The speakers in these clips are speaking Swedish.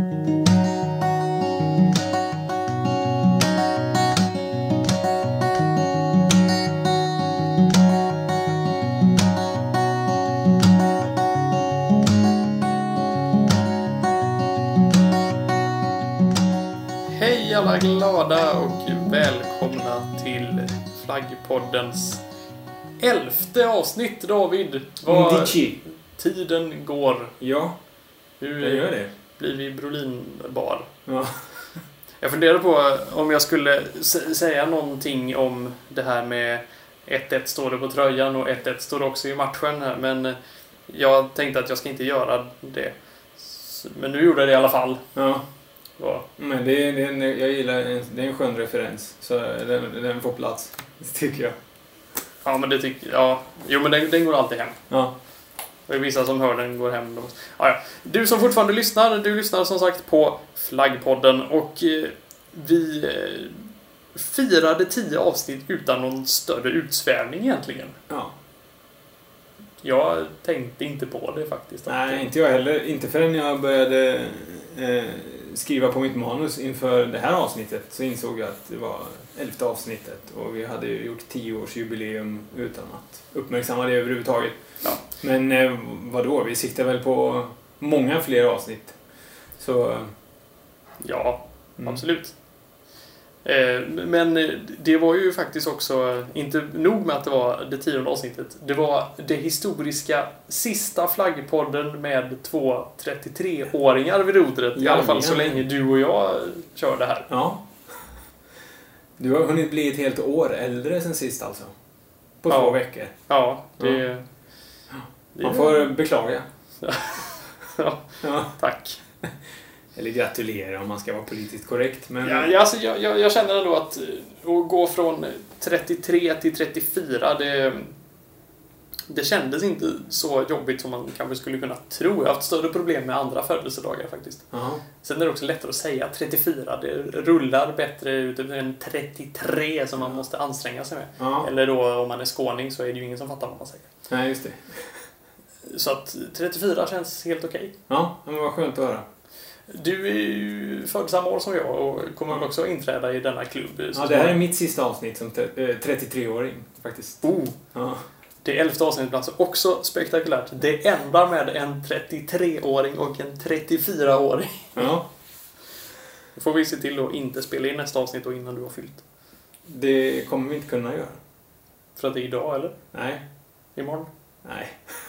Hej alla glada och välkomna till Flaggpoddens 11:e avsnitt, David. Vad tiden går. Ja, hur jag gör det. Blir vi Brolinbar? Ja. Jag funderar på om jag skulle säga någonting om det här med 1-1 står det på tröjan och 1-1 står det också i matchen här, men jag tänkte att jag ska inte göra det. Men nu gjorde jag det i alla fall. Ja. Ja. Men jag gillar det är en skön referens, så den får plats, tycker jag. Ja, men det tycker ja. Jo, men den går alltid hem. Ja. Och vissa som hör den går hem. Ja. Du som fortfarande lyssnar, du lyssnar som sagt på Flaggpodden och vi firade 10 avsnitt utan någon större utsvävning egentligen. Ja. Jag tänkte inte på det faktiskt. Nej, inte jag heller. Inte förrän jag började skriva på mitt manus inför det här avsnittet så insåg jag att det var 11:e avsnittet och vi hade ju gjort 10-årsjubileum utan att uppmärksamma det överhuvudtaget. Ja. Men vadå? Vi siktar väl på många fler avsnitt. Så ja, absolut. Men det var ju faktiskt också inte nog med att det var det 10:e avsnittet. Det var det historiska sista Flaggpodden med 2 33-åringar vid rodret. I alla fall så länge du och jag kör det här. Ja. Du har hunnit bli ett helt år äldre sen sist alltså. På 2 veckor. Ja, det man får beklaga. Ja. Tack. Eller gratulera om man ska vara politiskt korrekt. Men... Ja, alltså, jag känner ändå att gå från 33 till 34, det kändes inte så jobbigt som man kanske skulle kunna tro. Jag har haft större problem med andra födelsedagar faktiskt. Sen är det också lättare att säga 34. Det rullar bättre ut än 33 som man måste anstränga sig med. Eller då om man är skåning så är det ju ingen som fattar vad man säger. Nej, just det. Så att 34 känns helt okej. Ja, men vad skönt att höra. Du är ju född samma år som jag och kommer också inträda i denna klubb. Ja, det här är mitt sista avsnitt som 33-åring faktiskt. Ja. Det 11:e avsnittet alltså också spektakulärt. Det enda med en 33-åring och en 34-åring. Ja. Då får vi se till att inte spela in nästa avsnitt då innan du har fyllt. Det kommer vi inte kunna göra. För att det är idag, eller? Nej. Imorgon? Nej.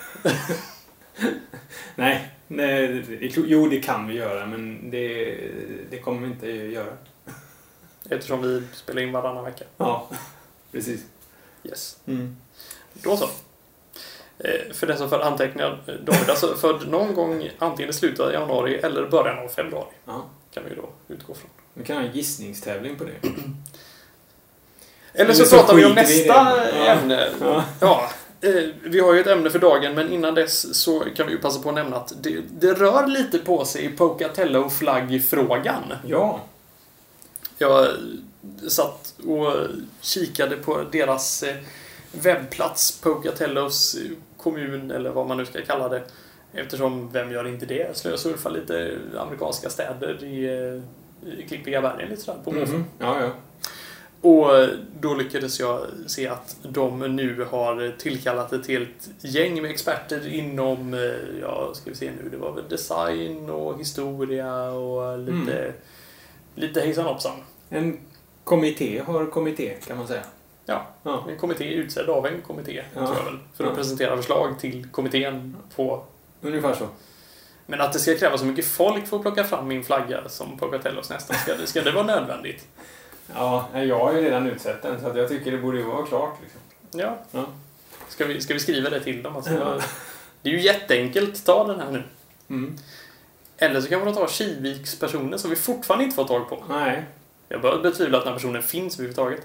Nej, jo det kan vi göra, men det kommer vi inte göra. Eftersom vi spelar in varannan vecka. Ja, precis. Yes. Då så. För den som för anteckningar, David alltså född någon gång antingen i slutet av januari eller början av februari. Ja. Kan vi då utgå från. Vi kan ha en gissningstävling på det. Eller så pratar vi om nästa ämne. Ja. Vi har ju ett ämne för dagen, men innan dess så kan vi ju passa på att nämna att det rör lite på sig i Pocatello-flaggfrågan. Ja. Jag satt och kikade på deras webbplats, Pocatellos kommun, eller vad man nu ska kalla det. Eftersom, vem gör inte det? Så jag surfar lite amerikanska städer i klippiga bergen lite sådär på måfå. Ja. Och då lyckades jag se att de nu har tillkallat ett helt gäng med experter inom, ska vi se nu, det var väl design och historia och lite hejsan hoppsan. En kommitté kan man säga. Ja, en kommitté utsedd av en kommitté, tror jag väl, för att presentera förslag till kommittén på... Ungefär så. Men att det ska kräva så mycket folk för att plocka fram min flagga som Pocatellos nästan, ska det vara nödvändigt? Ja, jag har ju redan utsett den så att jag tycker det borde ju vara klart. Liksom. Ja. Ska vi skriva det till dem? Alltså, det är ju jätteenkelt. Ta den här nu. Eller så kan man ta Kiviks personer som vi fortfarande inte får tag på. Nej. Jag börjar betvivla att den här personen finns överhuvudtaget.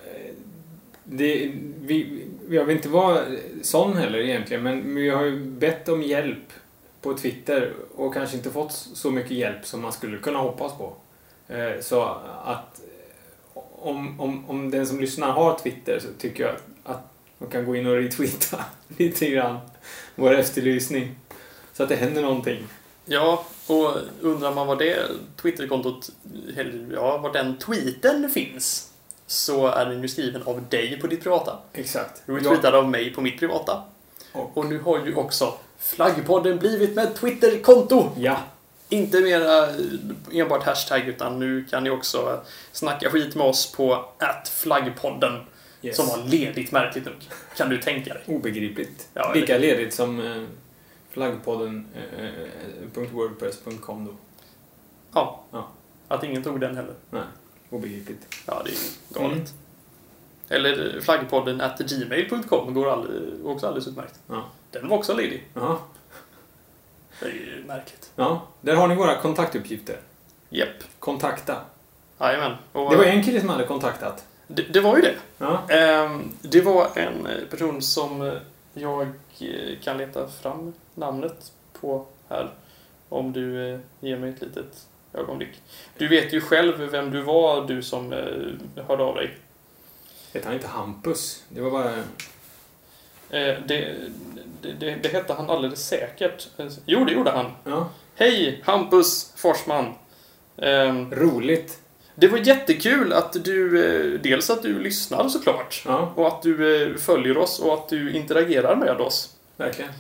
Jag vill inte vara sån heller egentligen, men vi har ju bett om hjälp på Twitter och kanske inte fått så mycket hjälp som man skulle kunna hoppas på. Så att om den som lyssnar har Twitter så tycker jag att man kan gå in och retweeta lite grann vår efterlysning så att det händer någonting. Ja, Och undrar man vad det Twitterkontot, var den tweeten finns, så är den ju skriven av dig på ditt privata. Exakt. Du är tweetad av mig på mitt privata. Och nu har ju också Flaggpodden blivit med Twitterkonto. Ja. Inte mera enbart hashtag, utan nu kan ni också snacka skit med oss på @flaggpodden. Yes. Som var ledigt, märkligt nog. Kan du tänka dig? Obegripligt. Ja, lika ledigt som flaggpodden.wordpress.com då. Ja. Ja. Att ingen tog den heller. Nej, obegripligt. Ja, det är galet. Eller flaggpodden @gmail.com går också alldeles utmärkt. Ja. Den var också ledig. Ja. Det är ju märkligt. Ja, där har ni våra kontaktuppgifter. Japp. Kontakta. Jajamän. Det var en kille som hade kontaktat. Det var ju det. Ja. Det var en person som jag kan leta fram namnet på här. Om du ger mig ett litet ögonblick. Du vet ju själv vem du var, du som hörde av dig. Hette han inte Hampus? Det var bara... Det hette han alldeles säkert. Jo, det gjorde han. Ja. Hej, Hampus Forsman. Roligt. Det var jättekul att du, dels att du lyssnar såklart. Ja. Och att du följer oss och att du interagerar med oss. Verkligen.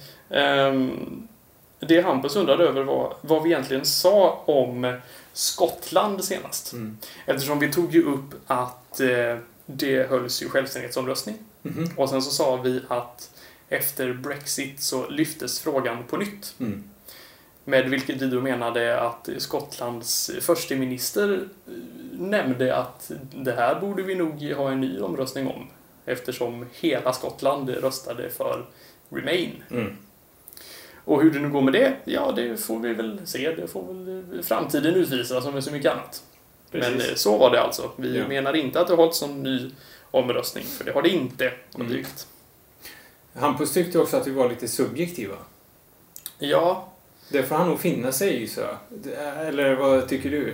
Det Hampus undrade över var vad vi egentligen sa om Skottland senast. Eftersom vi tog ju upp att det hölls ju självständighetsomröstning. Och sen så sa vi att efter Brexit så lyftes frågan på nytt. Med vilket vi då menade att Skottlands försteminister nämnde att det här borde vi nog ha en ny omröstning om. Eftersom hela Skottland röstade för Remain. Och hur det nu går med det, ja, det får vi väl se. Det får väl framtiden utvisa som är så mycket annat. Precis. Men så var det alltså. Vi menar inte att det har hållits en ny omröstning, för det har det inte blivit. Hampus tyckte också att vi var lite subjektiva. Ja. Det får han nog finna sig i, så. Eller vad tycker du?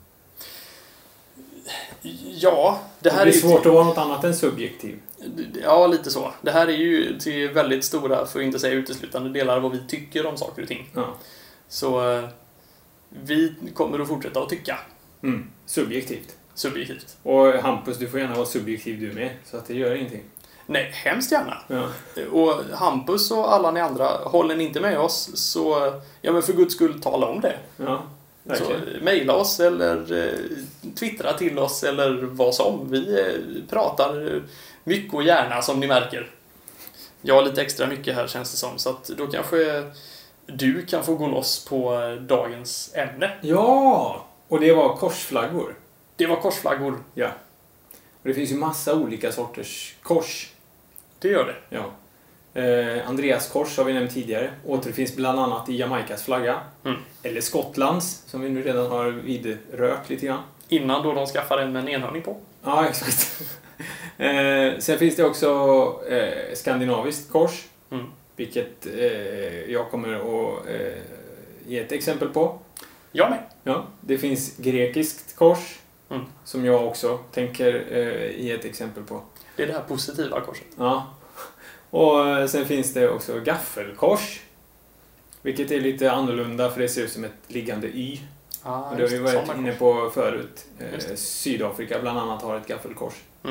Ja, det här är svårt att vara något annat än subjektiv. Ja, lite så. Det här är ju till väldigt stora, för att inte säga uteslutande delar, vad vi tycker om saker och ting. Ja. Så vi kommer att fortsätta att tycka. Subjektivt. Subjektivt. Och Hampus, du får gärna vara subjektiv du med, så att det gör ingenting. Nej, hemskt gärna. Ja. Och Hampus och alla ni andra, håller ni inte med oss, så ja, men för Guds skull, tala om det. Ja, så mejla oss eller twittra till oss eller vad som. Vi pratar mycket och gärna, som ni märker. Jag har lite extra mycket här, känns det som. Så att då kanske du kan få gå loss på dagens ämne. Ja, och det var korsflaggor. Det var korsflaggor. Ja. Och det finns ju massa olika sorters kors. Det gör det. Ja. Andreas kors har vi nämnt tidigare. Återfinns bland annat i Jamaikas flagga. Eller Skottlands, som vi nu redan har vidrört lite grann. Innan då de skaffade en med en enhörning på. Ja, exakt. Sen finns det också skandinaviskt kors. Vilket jag kommer att ge ett exempel på. Jag med. Ja, det finns grekiskt kors. Som jag också tänker ge ett exempel på. Det är det här positiva korset. Ja. Och sen finns det också gaffelkors. Vilket är lite annorlunda, för det ser ut som ett liggande Y. Och det har vi varit inne på förut. Sydafrika bland annat har ett gaffelkors.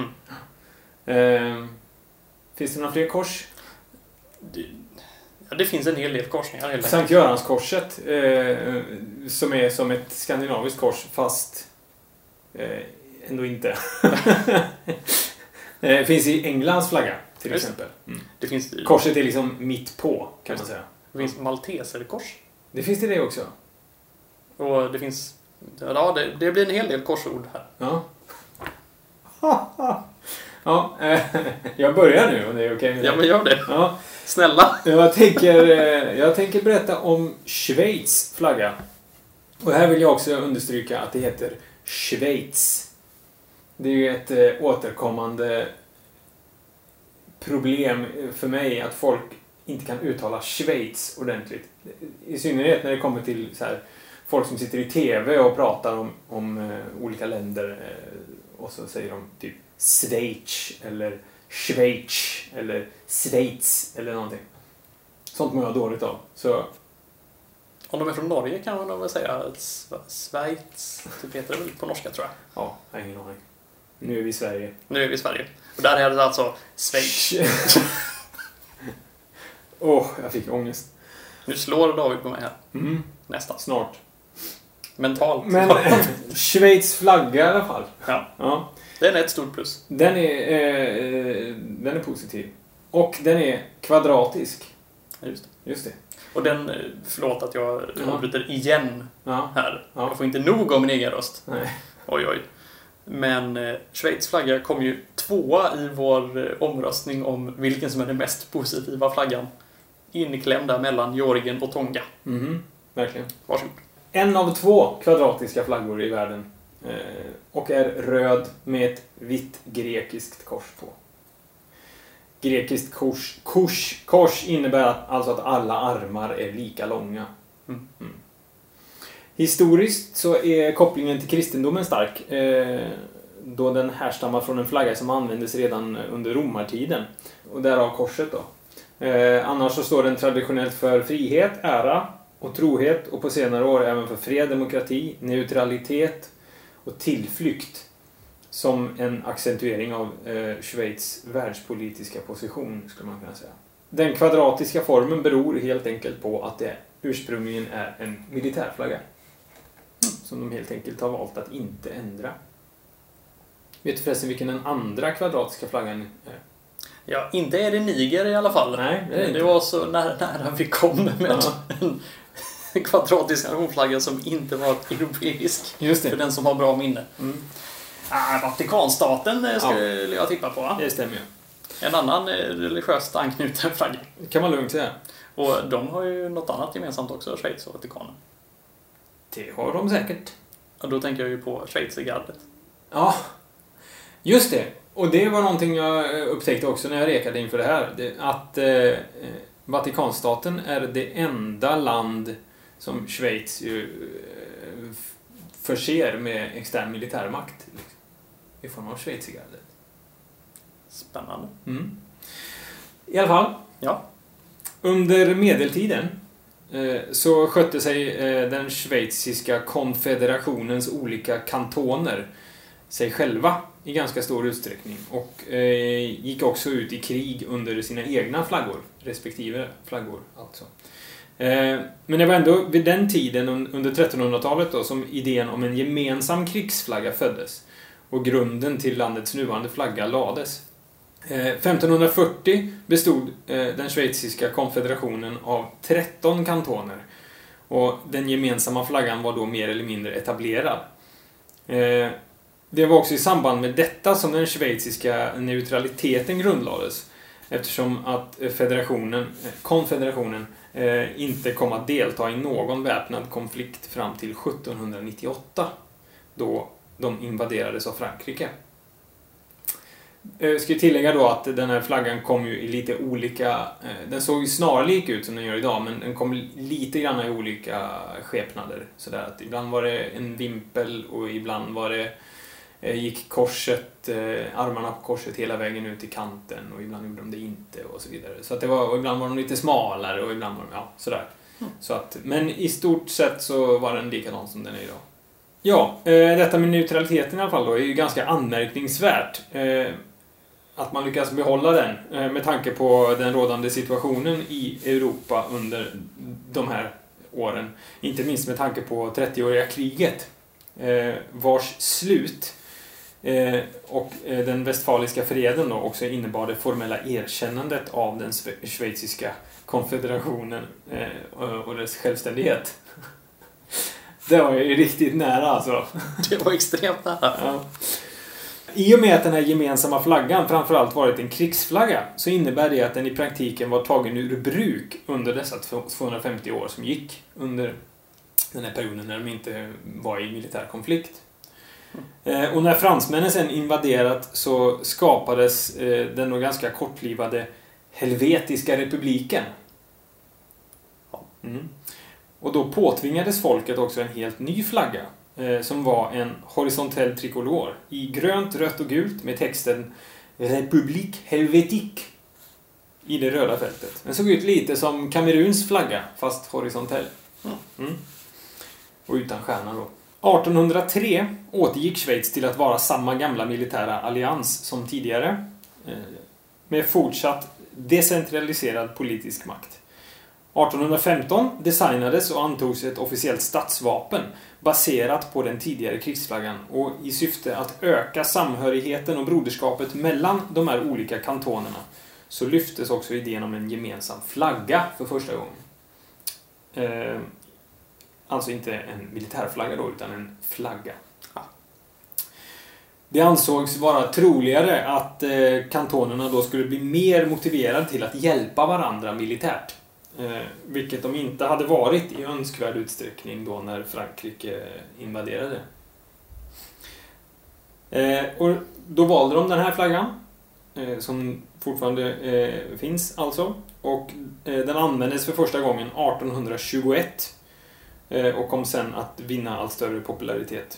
Finns det några fler kors? Det finns en hel del korsningar. Sankt Göranskorset som är som ett skandinaviskt kors, fast ändå inte. Finns i Englands flagga till exempel. Det finns... Korset är liksom mitt på, kan man säga. Det finns malteserkors. Det finns det också. Och det finns... Ja, det blir en hel del korsord här. Ja. Ja, jag börjar nu om det är okej med det. Ja, men gör det. Ja. Snälla. Jag tänker berätta om Schweiz flagga. Och här vill jag också understryka att det heter Schweiz. Det är ju ett återkommande problem för mig att folk inte kan uttala Schweiz ordentligt. I synnerhet när det kommer till så här, folk som sitter i tv och pratar om olika länder och så säger de typ Schweiz eller Schweiz eller Schweiz eller någonting. Sånt mår jag dåligt av. Så Om de är från Norge kan man nog väl säga Schweiz, typ heter det väl på norska tror jag. Ja, jag har ingen aning. Nu är vi i Sverige. Nu är vi i Sverige. Och där är det alltså Schweiz. Jag fick ångest. Nu slår David på mig här. Nästan. Snart. Mentalt. Men Schweiz flagga i alla fall. Ja. Den är ett stort plus. Den är positiv. Och den är kvadratisk. Just det. Och den, förlåt att jag avbryter igen här. Ja. Jag får inte nog om min egen röst. Nej. Oj. Men Schweiz flagga kom ju 2 i vår omröstning om vilken som är den mest positiva flaggan. Inklämd där mellan Georgien och Tonga. Verkligen. Varsågod. En av 2 kvadratiska flaggor i världen. Och är röd med ett vitt grekiskt kors på. Grekiskt kors innebär alltså att alla armar är lika långa. Historiskt så är kopplingen till kristendomen stark. Då den härstammar från en flagga som användes redan under romartiden. Och därav korset då. Annars så står den traditionellt för frihet, ära och trohet. Och på senare år även för fred, demokrati, neutralitet och tillflykt. Som en accentuering av Schweiz världspolitiska position, skulle man kunna säga. Den kvadratiska formen beror helt enkelt på att det ursprungligen är en militärflagga. Som de helt enkelt har valt att inte ändra. Vet du förresten vilken den andra kvadratiska flaggan är? Ja, inte är det Niger i alla fall. Nej, det är inte. Det var så nära vi kom med en kvadratisk nationflagga som inte var europeisk. Just det. För den som har bra minne. Vatikanstaten skulle jag tippa på. Va? Det stämmer ju. En annan religiöst anknuten flagga. Det kan man lugnt säga. Och de har ju något annat gemensamt också, Schweiz och Vatikanen. Det har de säkert. Och då tänker jag ju på Schweizergardet. Ja, just det. Och det var någonting jag upptäckte också när jag rekade inför det här. Att Vatikanstaten är det enda land som Schweiz förser med extern militärmakt. Liksom, i form av Schweizergardet. Spännande. I alla fall. Ja. Under medeltiden så skötte sig den schweiziska konfederationens olika kantoner sig själva i ganska stor utsträckning och gick också ut i krig under sina egna flaggor, respektive flaggor alltså. Men det var ändå vid den tiden under 1300-talet då, som idén om en gemensam krigsflagga föddes och grunden till landets nuvarande flagga lades. 1540 bestod den schweiziska konfederationen av 13 kantoner och den gemensamma flaggan var då mer eller mindre etablerad. Det var också i samband med detta som den schweiziska neutraliteten grundlades, eftersom att konfederationen inte kom att delta i någon väpnad konflikt fram till 1798 då de invaderades av Frankrike. Jag ska tillägga då att den här flaggan kom ju i lite olika... Den såg ju snarlik ut som den gör idag, men den kom lite grann i olika skepnader. Sådär att ibland var det en vimpel och ibland var det... gick korset, armarna på korset hela vägen ut i kanten och ibland gjorde de det inte och så vidare. Så att det var, och ibland var de lite smalare och ibland var de... Ja, sådär. Så att, men i stort sett så var den likadan som den är idag. Ja, detta med neutraliteten i alla fall då är ju ganska anmärkningsvärt. Att man lyckas behålla den med tanke på den rådande situationen i Europa under de här åren. Inte minst med tanke på 30-åriga kriget vars slut och den västfaliska freden då också innebar det formella erkännandet av den schweiziska konfederationen och dess självständighet. Det var ju riktigt nära alltså. Det var extremt nära. Ja. I och med att den här gemensamma flaggan framförallt varit en krigsflagga så innebär det att den i praktiken var tagen ur bruk under dessa 250 år som gick under den här perioden när de inte var i militär konflikt. Och när fransmännen sen invaderat så skapades den nog ganska kortlivade Helvetiska republiken. Och då påtvingades folket också en helt ny flagga som var en horisontell trikolor i grönt, rött och gult med texten Republique Helvétique i det röda fältet. Den såg ut lite som Kameruns flagga fast horisontell. Och utan stjärna då. 1803 återgick Schweiz till att vara samma gamla militära allians som tidigare. Med fortsatt decentraliserad politisk makt. 1815 designades och antogs ett officiellt statsvapen baserat på den tidigare krigsflaggan och i syfte att öka samhörigheten och broderskapet mellan de här olika kantonerna så lyftes också idén om en gemensam flagga för första gången. Alltså inte en militärflagga då, utan en flagga. Det ansågs vara troligare att kantonerna då skulle bli mer motiverade till att hjälpa varandra militärt. Vilket de inte hade varit i önskvärd utsträckning då när Frankrike invaderade. Och då valde de den här flaggan som fortfarande finns alltså. Och den användes för första gången 1821 och kom sen att vinna allt större popularitet.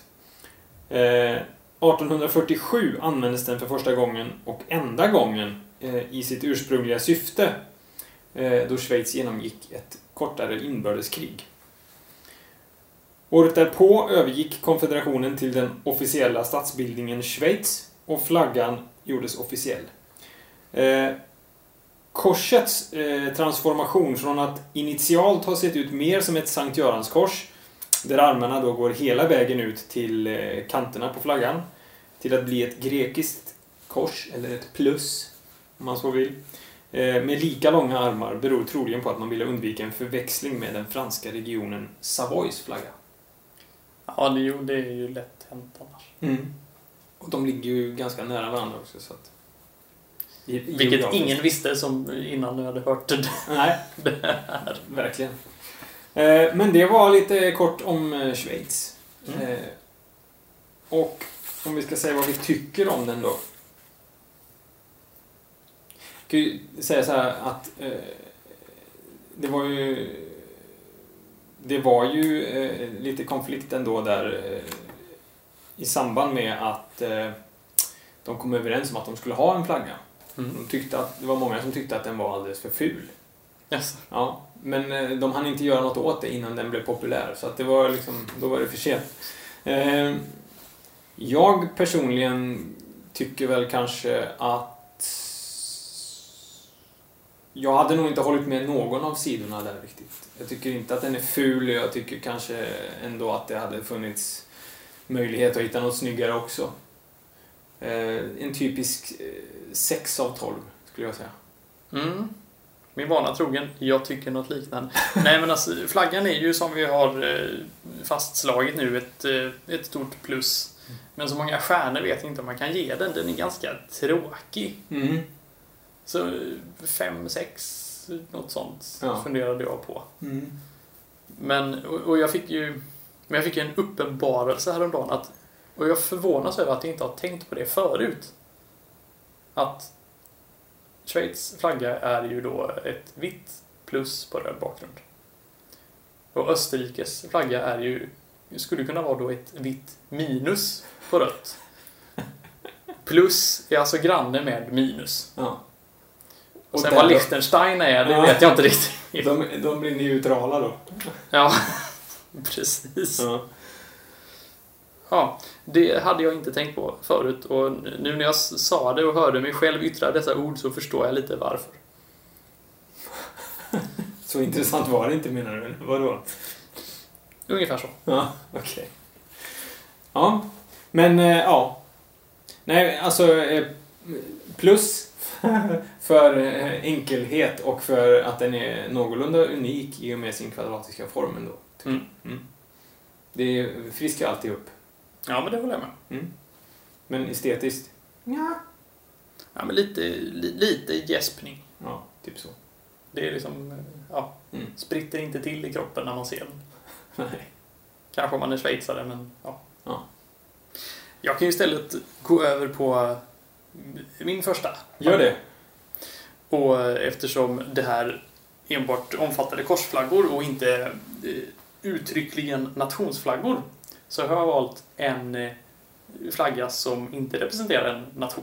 1847 användes den för första gången och enda gången i sitt ursprungliga syfte då Schweiz genomgick ett kortare inbördeskrig. Året därpå övergick konfederationen till den officiella statsbildningen Schweiz och flaggan gjordes officiell. Korsets transformation från att initialt ha sett ut mer som ett Sankt Görans kors där armarna då går hela vägen ut till kanterna på flaggan till att bli ett grekiskt kors eller ett plus om man så vill. Med lika långa armar beror troligen på att man ville undvika en förväxling med den franska regionen Savoys flagga. Ja, det är ju lätt hänt annars. Och de ligger ju ganska nära varandra också. Så att vilket ingen visste som innan du hade hört det. Nej, det här. Verkligen. Men det var lite kort om Schweiz. Och om vi ska säga vad vi tycker om den då. Jag kan ju säga så här att det var ju lite konflikt ändå där i samband med att de kom överens om att de skulle ha en flagga. De tyckte att, det var många som tyckte att den var alldeles för ful. Yes. Ja, men de hann inte göra något åt det innan den blev populär. Så att det var liksom, då var det för sent. Jag personligen tycker väl kanske att jag hade nog inte hållit med någon av sidorna där riktigt. Jag tycker inte att den är ful. Jag tycker kanske ändå att det hade funnits möjlighet att hitta något snyggare också. En typisk 6 av 12 skulle jag säga. Min vana trogen, jag tycker något liknande. Nej men alltså, flaggan är ju som vi har fastslagit nu ett stort plus. Men så många stjärnor vet jag inte om man kan ge den. Den är ganska tråkig. Så 5-6 något sånt funderade jag på. Men och jag fick ju en uppenbarelse häromdagen och jag förvånas över att jag inte har tänkt på det förut. Att Schweiz flagga är ju då ett vitt plus på röd bakgrund. Och Österrikes flagga är ju skulle kunna vara då ett vitt minus på rött. Plus är alltså granne med minus. Ja. Och sen vad Liechtenstein är, det vet jag inte riktigt. De blir neutrala då. Ja, precis. Ja, det hade jag inte tänkt på förut. Och nu när jag sa det och hörde mig själv yttra dessa ord så förstår jag lite varför. Så intressant var det inte, menar du? Vadå? Ungefär så. Ja, okej. Ja, men ja. Nej, alltså plus för enkelhet och för att den är någorlunda unik i och med sin kvadratiska form ändå. Det friskar alltid upp. Ja, men det håller jag med. Men estetiskt? Ja, men lite gäspning. Ja, typ så. Det är liksom, spritter inte till i kroppen när man ser den. Nej. Kanske om man är schweizare, men ja. Jag kan ju istället gå över på min första. Gör det. Och eftersom det här enbart omfattade korsflaggor och inte uttryckligen nationsflaggor så har jag valt en flagga som inte representerar en nation.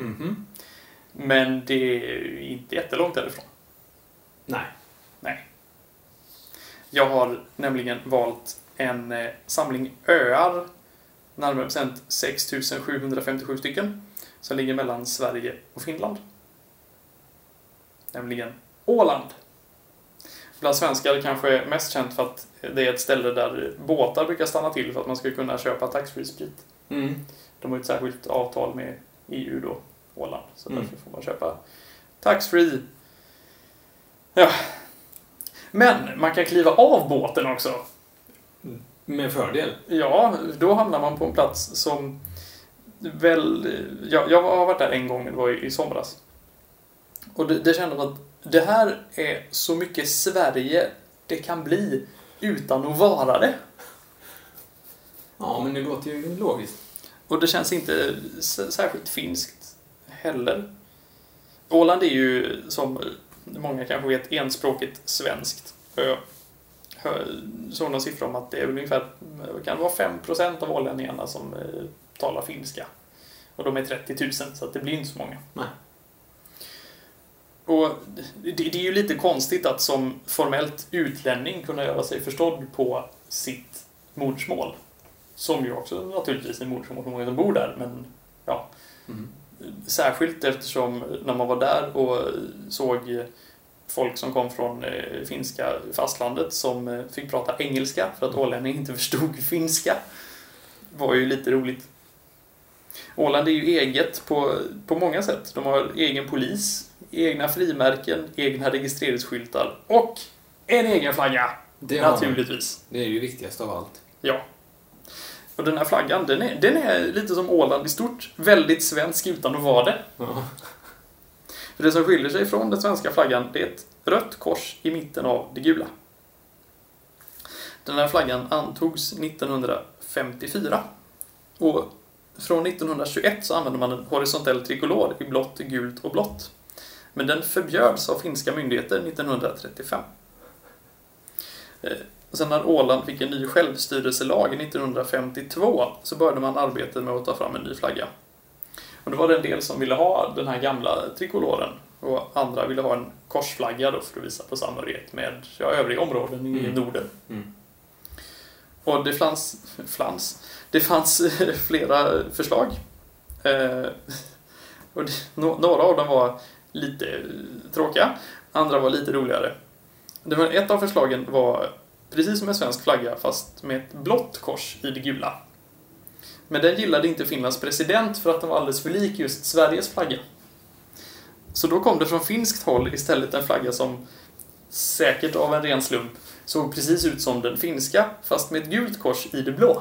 Men det är inte jättelångt därifrån. Nej. Jag har nämligen valt en samling öar, närmare bestämt 6757 stycken, som ligger mellan Sverige och Finland. Nämligen Åland. Bland svenskar kanske mest känt för att det är ett ställe där båtar brukar stanna till för att man ska kunna köpa taxfree sprit. De har ett särskilt avtal med EU då, Åland. Så därför får man köpa taxfree. Ja. Men man kan kliva av båten också. Med fördel. Ja, då hamnar man på en plats som väl... Jag har varit där en gång, det var i somras. Och det kände man att det här är så mycket Sverige det kan bli utan att vara det. Ja, men det låter ju logiskt. Och det känns inte särskilt finskt heller. Åland är ju, som många kanske vet, enspråkigt svenskt. Jag såg någon siffra om att det är ungefär, kan vara 5% av ålänningarna som talar finska. Och de är 30 000, så att det blir inte så många. Nej. Och det är ju lite konstigt att som formellt utlänning kunna göra sig förstådd på sitt modersmål. Som ju också naturligtvis är modersmål för många som bor där, men ja. Särskilt eftersom när man var där och såg folk som kom från finska fastlandet som fick prata engelska för att ålänningar inte förstod finska, var ju lite roligt. Åland är ju eget på många sätt. De har egen polis, egna frimärken, egna registreringsskyltar och en egen flagga. Naturligtvis. Det är ju viktigast av allt. Ja. Och den här flaggan, den är lite som Åland i stort. Väldigt svensk utan att vara det. Ja. För det som skiljer sig från den svenska flaggan, det är ett rött kors i mitten av det gula. Den här flaggan antogs 1954. Och från 1921 så använde man en horisontell trikolor i blått, gult och blått. Men den förbjöds av finska myndigheter 1935. Sen när Åland fick en ny självstyrelselag 1952 så började man arbeta med att ta fram en ny flagga. Och det var en del som ville ha den här gamla trikoloren och andra ville ha en korsflagga då för att visa på samhörighet med övriga områden i Norden. Och det fanns flera förslag. Och några av dem var lite tråkiga, andra var lite roligare. Ett av förslagen var precis som en svensk flagga fast med ett blått kors i det gula. Men den gillade inte Finlands president för att den var alldeles för lik just Sveriges flagga. Så då kom det från finskt håll istället en flagga som säkert av en ren slump såg precis ut som den finska fast med ett gult kors i det blå.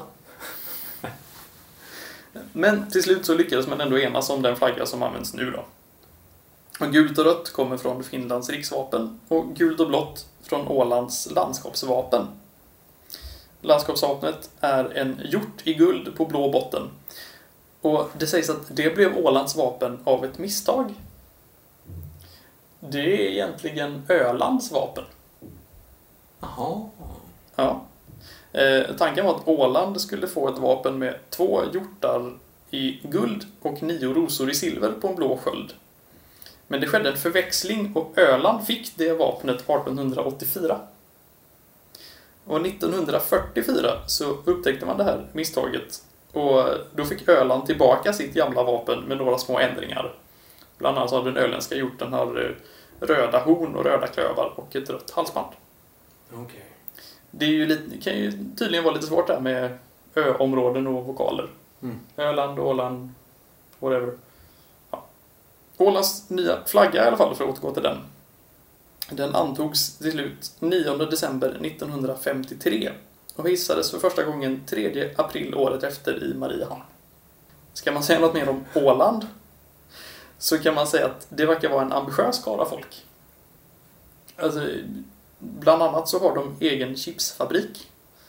Men till slut så lyckades man ändå enas om den flagga som används nu då. Och gult och rött kommer från Finlands riksvapen och gult och blått från Ålands landskapsvapen. Landskapsvapnet är en hjort i guld på blå botten. Och det sägs att det blev Ålands vapen av ett misstag. Det är egentligen Ölands vapen. Jaha. Ja. Tanken var att Åland skulle få ett vapen med 2 hjortar i guld och 9 rosor i silver på en blå sköld. Men det skedde en förväxling och Öland fick det vapnet 1884. Och 1944 så upptäckte man det här misstaget och då fick Öland tillbaka sitt gamla vapen med några små ändringar. Bland annat har den öländska hjorten har röda horn och röda klövar och ett rött halsband. Okay. Det är ju kan ju tydligen vara lite svårt där med öområden och vokaler. Öland, Åland, whatever. Ja. Ålands nya flagga i alla fall, för att återgå till den. Den antogs till slut 9 december 1953 och hissades för första gången 3 april året efter i Mariehamn. Ska man säga något mer om Åland så kan man säga att det verkar vara en ambitiös skara folk. Alltså, bland annat så har de egen chipsfabrik.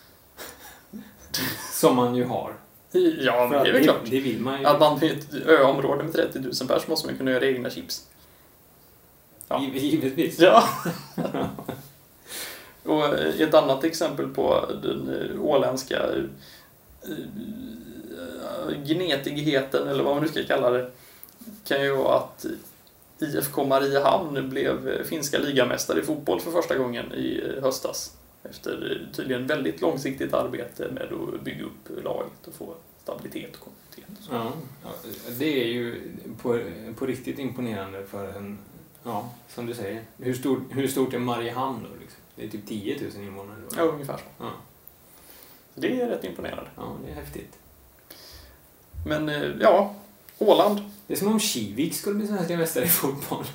Som man ju har. Ja, men det är väl klart. Det vill man ju. Att man i ett öområde med 30 000 pers måste man kunna göra egna chips. Ja. Givetvis. Ja. Och ett annat exempel på den åländska gnetigheten, eller vad man nu ska kalla det, kan ju vara att IFK Mariehamn blev finska ligamästare i fotboll för första gången i höstas. Efter tydligen väldigt långsiktigt arbete med att bygga upp laget och få stabilitet och kontinuitet. Ja, det är ju på riktigt imponerande för en, ja, som du säger. Hur stort är Mariehamn då? Liksom? Det är typ 10 000 invånare. Ja, ungefär så. Ja. Det är rätt imponerande. Ja, det är häftigt. Men ja, Åland. Det är som om Kivik skulle bli svenska mästare i fotboll.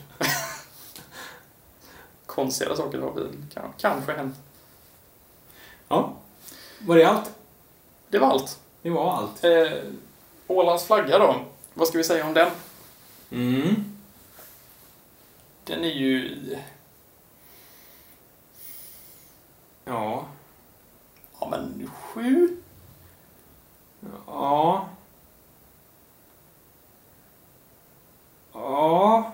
Konstiga saker har väl kanske hänt. Ja, var det allt? Det var allt. Det var allt. Ålands flagga då. Vad ska vi säga om den? Den är ju... Ja. Ja, men 7. Ja. Ja.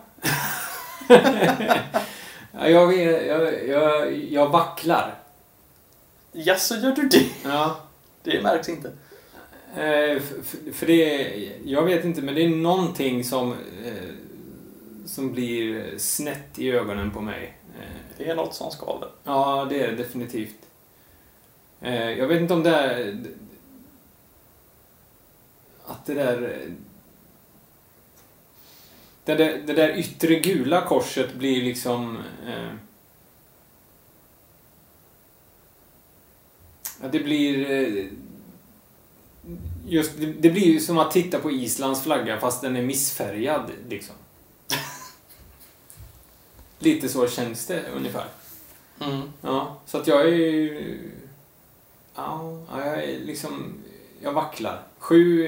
Jag vacklar. Ja, så gör du det? Ja. Det märks inte. För det, jag vet inte, men det är någonting som blir snett i ögonen på mig. Det är något som skaver. Ja, det är det definitivt. Jag vet inte om det är att det där yttre gula korset blir liksom det blir just det blir ju som att titta på Islands flagga fast den är missfärgad liksom. Lite så känns det ungefär. Ja, så att jag är jag är liksom, jag vacklar. 7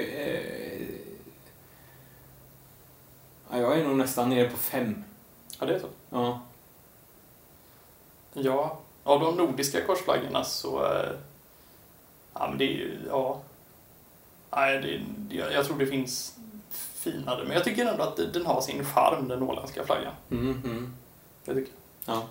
jag är nog nästan nere på 5. Ja, det är så. Ja. Ja, av de nordiska korsflaggorna så ja, men det är ju, ja. Nej, jag tror det finns finare, men jag tycker ändå att den har sin charm, den åländska flaggan. Det tycker jag. Ja.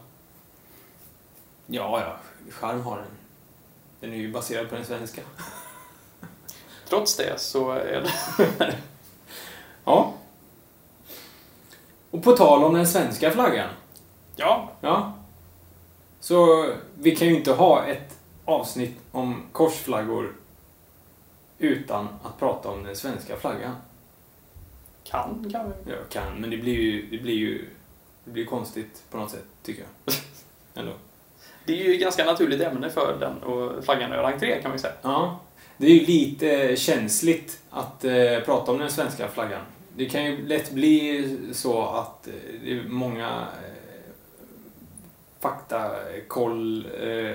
Ja, charm har den. Den är ju baserad på den svenska. Trots det så är det... Ja. Och på tal om den svenska flaggan. Ja. Så vi kan ju inte ha ett avsnitt om korsflaggor utan att prata om den svenska flaggan. Kan vi? Ja, kan, men det blir konstigt på något sätt, tycker jag. Ändå. Det är ju ett ganska naturligt ämne för den och flaggan gör entré, kan vi säga. Ja, det är ju lite känsligt att prata om den svenska flaggan. Det kan ju lätt bli så att det är många faktakoll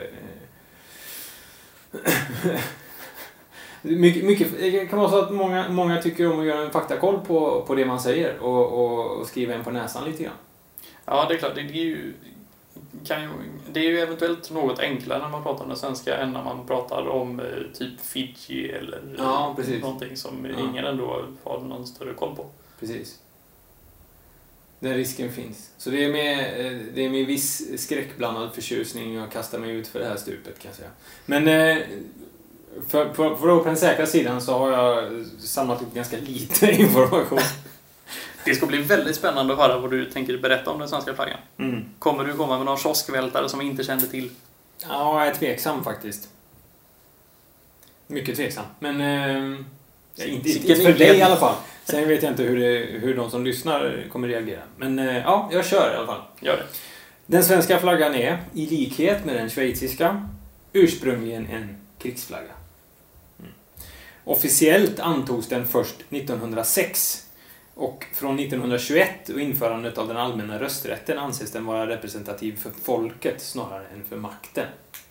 det kan vara så att många tycker om att göra en faktakoll på det man säger och skriva en på näsan lite grann. Ja, det är klart. Det är ju eventuellt något enklare när man pratar om den svenska än när man pratar om typ Fiji eller någonting som ingen ändå har någon större koll på. Precis. Den risken finns. Så det är med viss skräckblandad förtjusning jag kastar mig ut för det här stupet, kan jag säga. Men på den säkra sidan så har jag samlat upp ganska lite information. Det ska bli väldigt spännande att höra vad du tänker berätta om den svenska flaggan. Kommer du komma med någon kioskvältare som vi inte kände till? Ja, jag är tveksam faktiskt. Mycket tveksam. Men inte för dig i alla fall. Sen vet jag inte hur de som lyssnar kommer reagera. Men ja, jag kör i alla fall. Gör det. Den svenska flaggan är, i likhet med den schweiziska, ursprungligen en krigsflagga. Officiellt antogs den först 1906. Och från 1921 och införandet av den allmänna rösträtten anses den vara representativ för folket snarare än för makten.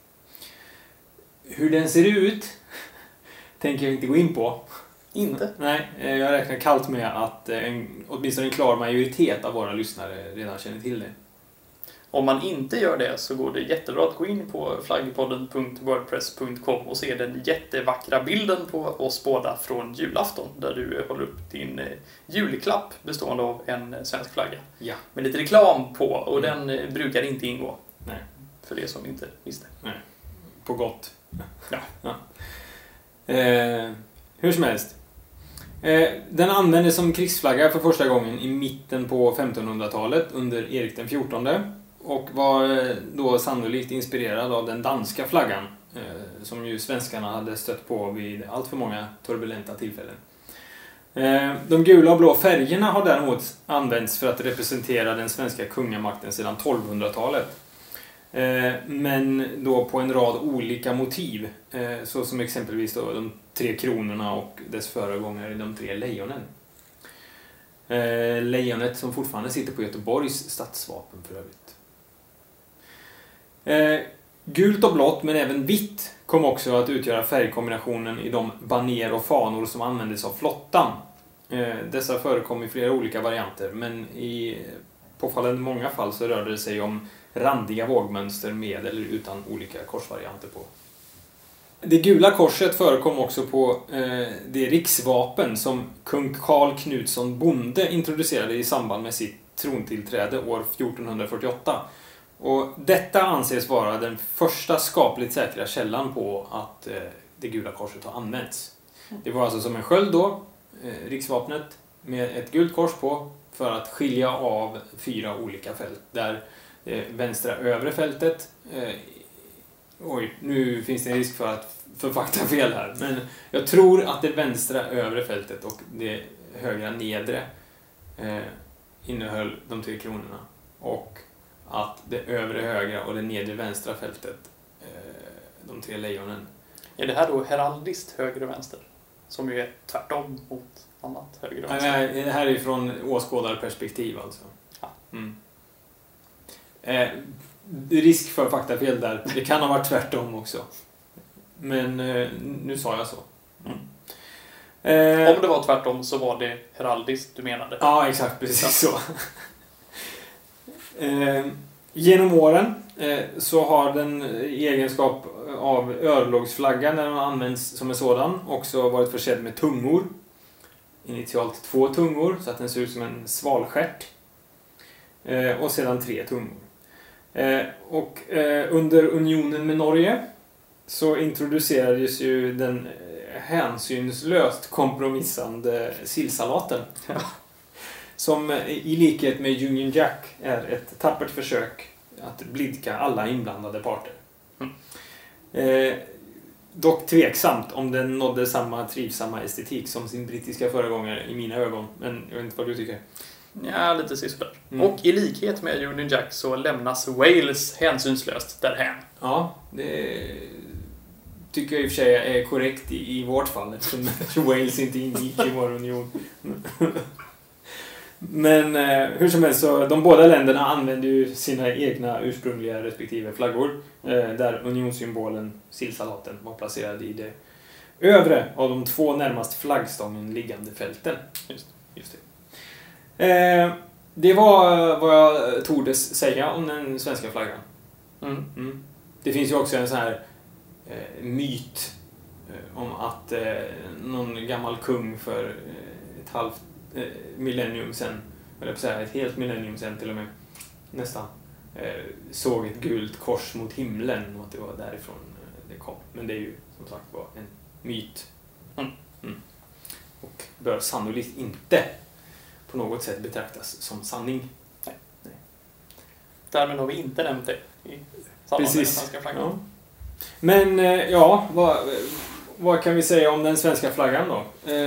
Hur den ser ut tänker jag inte gå in på. Inte? Nej, jag räknar kallt med att åtminstone en klar majoritet av våra lyssnare redan känner till det. Om man inte gör det så går det jättebra att gå in på flaggpodden.wordpress.com och se den jättevackra bilden på oss båda från julafton där du håller upp din julklapp bestående av en svensk flagga. Ja. Med lite reklam på och den brukar inte ingå. Nej. För det som inte visste. Nej. På gott. Ja. Hur som helst. Den användes som krigsflagga för första gången i mitten på 1500-talet under Erik den XIV. och var då sannolikt inspirerad av den danska flaggan som ju svenskarna hade stött på vid allt för många turbulenta tillfällen. De gula och blå färgerna har däremot använts för att representera den svenska kungamakten sedan 1200-talet. Men då på en rad olika motiv, så som exempelvis då de 3 kronorna och dess föregångare de 3 lejonen. Lejonet som fortfarande sitter på Göteborgs stadsvapen för övrigt. Gult och blått men även vitt kom också att utgöra färgkombinationen i de baner och fanor som användes av flottan. Dessa förekom i flera olika varianter, men i påfallande många fall så rörde det sig om randiga vågmönster med eller utan olika korsvarianter på. Det gula korset förekom också på det riksvapen som kung Karl Knutsson Bonde introducerade i samband med sitt trontillträde år 1448. Och detta anses vara den första skapligt säkra källan på att det gula korset har använts. Det var alltså som en sköld då, riksvapnet med ett gult kors på för att skilja av 4 olika fält. Där vänstra övre fältet, nu finns det en risk för faktafel här, men jag tror att det vänstra övre fältet och det högra nedre innehöll de 3 kronorna, och att det övre högra och det nedre vänstra fältet de 3 lejonen. Är det här då heraldiskt höger och vänster? Som ju är tvärtom mot annat höger och vänster? Nej, det här är från åskådarperspektiv alltså. Ja. Risk för faktafel där. Det kan ha varit tvärtom också. Men nu sa jag så. Om det var tvärtom så var det heraldiskt du menade. Ja, exakt. Precis så. Genom åren så har den i egenskap av örlogsflaggan, när den används som en sådan, också varit försedd med tungor. Initialt 2 tungor så att den ser ut som en svalstjärt. Och sedan 3 tungor. Under unionen med Norge så introducerades ju den hänsynslöst kompromissande sillsalaten. Som i likhet med Union Jack är ett tappert försök att blidka alla inblandade parter. Dock tveksamt om den nådde samma trivsamma estetik som sin brittiska föregångare i mina ögon. Men jag vet inte vad du tycker. Ja, lite sådär. Och i likhet med Union Jack så lämnas Wales hänsynslöst därhän. Ja, det tycker jag i och för sig är korrekt i vårt fall, eftersom Wales inte ingick i vår union. Men hur som helst, så de båda länderna använder ju sina egna ursprungliga respektive flaggor, där unionssymbolen sillsalaten var placerad i det övre av de 2 närmast flaggstången liggande fälten. Just det. Det var vad jag tordes säga om den svenska flaggan. Det finns ju också en sån här myt om att någon gammal kung för ett halvt millennium sen, eller på säga ett helt millennium sen till och med, nästan, såg ett gult kors mot himlen och att det var därifrån det kom. Men det är ju som sagt var en myt. Och bör sannolikt inte på något sätt betraktas som sanning. Nej. Därmed har vi inte nämnt det i samband med den svenska flaggan. Ja. Men ja, vad kan vi säga om den svenska flaggan då?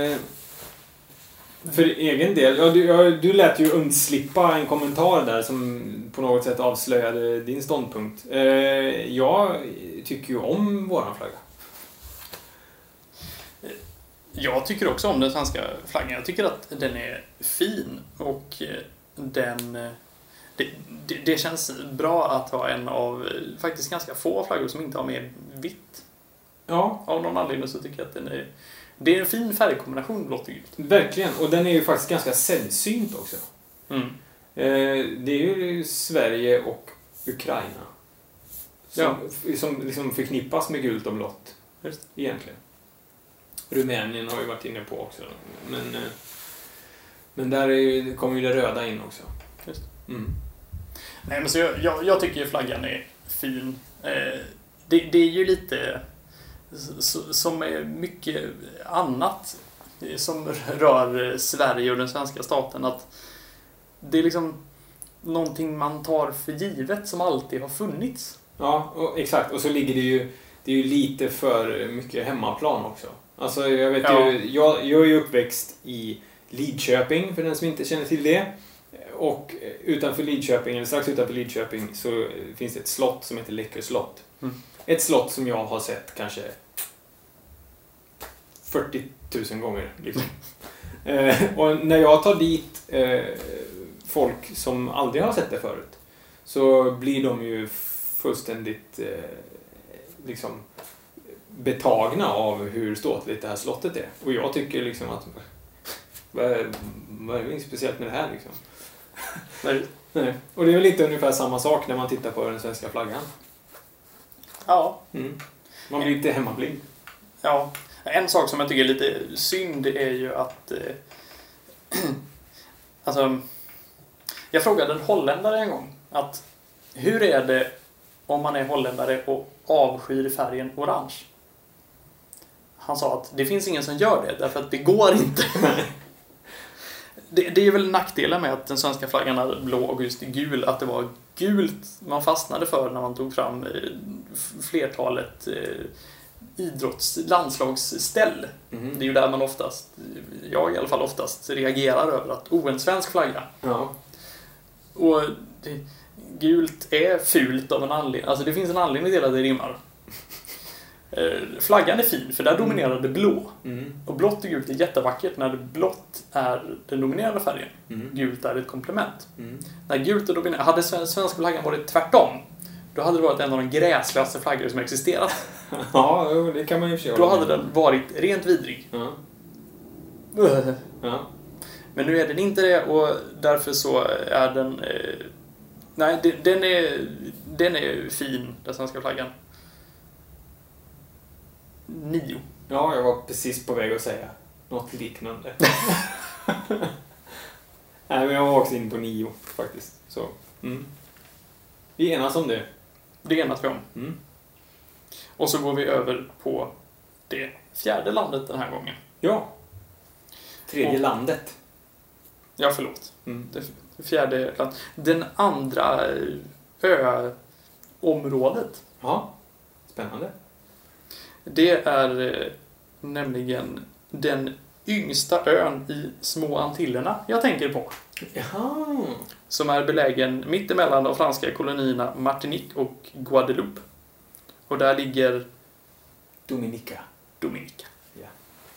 För egen del, du lät ju undslippa en kommentar där som på något sätt avslöjade din ståndpunkt. Jag tycker ju om våran flagga. Jag tycker också om den svenska flaggan. Jag tycker att den är fin och det känns bra att ha en av faktiskt ganska få flaggor som inte har med vitt. Ja. Av någon anledning så tycker jag att det är en fin färgkombination, blått och gult. Verkligen, och den är ju faktiskt ganska sällsynt också. Det är ju Sverige och Ukraina som liksom förknippas med gult och blått. Just. Egentligen. Rumänien har ju varit inne på också. Men där kommer ju det röda in också. Just. Nej, men så jag tycker flaggan är fin. Det är ju lite som är mycket annat som rör Sverige och den svenska staten, att det är liksom någonting man tar för givet som alltid har funnits. Ja, exakt. Och så ligger det är ju lite för mycket hemmaplan också. Alltså jag vet ju, jag är ju uppväxt i Lidköping, för den som inte känner till det. Och utanför Lidköping, eller strax utanför Lidköping, så finns det ett slott som heter Läckö slott. Mm. Ett slott som jag har sett kanske 40 000 gånger. Liksom. Och när jag tar dit folk som aldrig har sett det förut, så blir de ju fullständigt liksom betagna av hur ståtligt det här slottet är. Och jag tycker liksom att vad är det inget speciellt med det här liksom? Nej. Och det är väl lite ungefär samma sak när man tittar på den svenska flaggan. Ja. Mm. Man blir lite hemmablind. Ja. En sak som jag tycker är lite synd är ju att alltså, jag frågade en holländare en gång att hur är det om man är holländare och avskyr färgen orange? Han sa att det finns ingen som gör det därför att det går inte. Det är väl nackdelen med att den svenska flaggan är blå och just gul, att det var gult man fastnade för när man tog fram flertalet landslagsställ. Mm. Det är ju där man oftast, jag i alla fall oftast, reagerar över att en svensk flagga. Ja. Och gult är fult av en anledning. Alltså det finns en anledning till att det rimmar. Flaggan är fin, för där dominerar det blå. Mm. Och blått och gult är jättevackert när det blått är den dominerande färgen. Mm. Gult är ett komplement. Mm. När gult är dominerande, hade svenska flaggan varit tvärtom, då hade det varit en av de gräsligaste flaggor som existerat. Ja, det kan man ju förstå. Då hade den varit rent vidrig. Ja. Ja. Men nu är den inte det, och därför så är den nej, den är fin, den svenska flaggan. 9. Ja, jag var precis på väg att säga något liknande. Nej, men jag var också inne på 9 faktiskt. Så. Mm. Vi enas om det. Det enas vi om. Mm. Och så går vi över på det fjärde landet den här gången. Ja. Tredje landet. Ja, förlåt. Mm. Det fjärde landet. Den andra öområdet. Ja, spännande. Det är nämligen den yngsta ön i Små Antillerna jag tänker på. Jaha. Som är belägen mitt emellan de franska kolonierna Martinique och Guadeloupe. Och där ligger Dominica. Ja.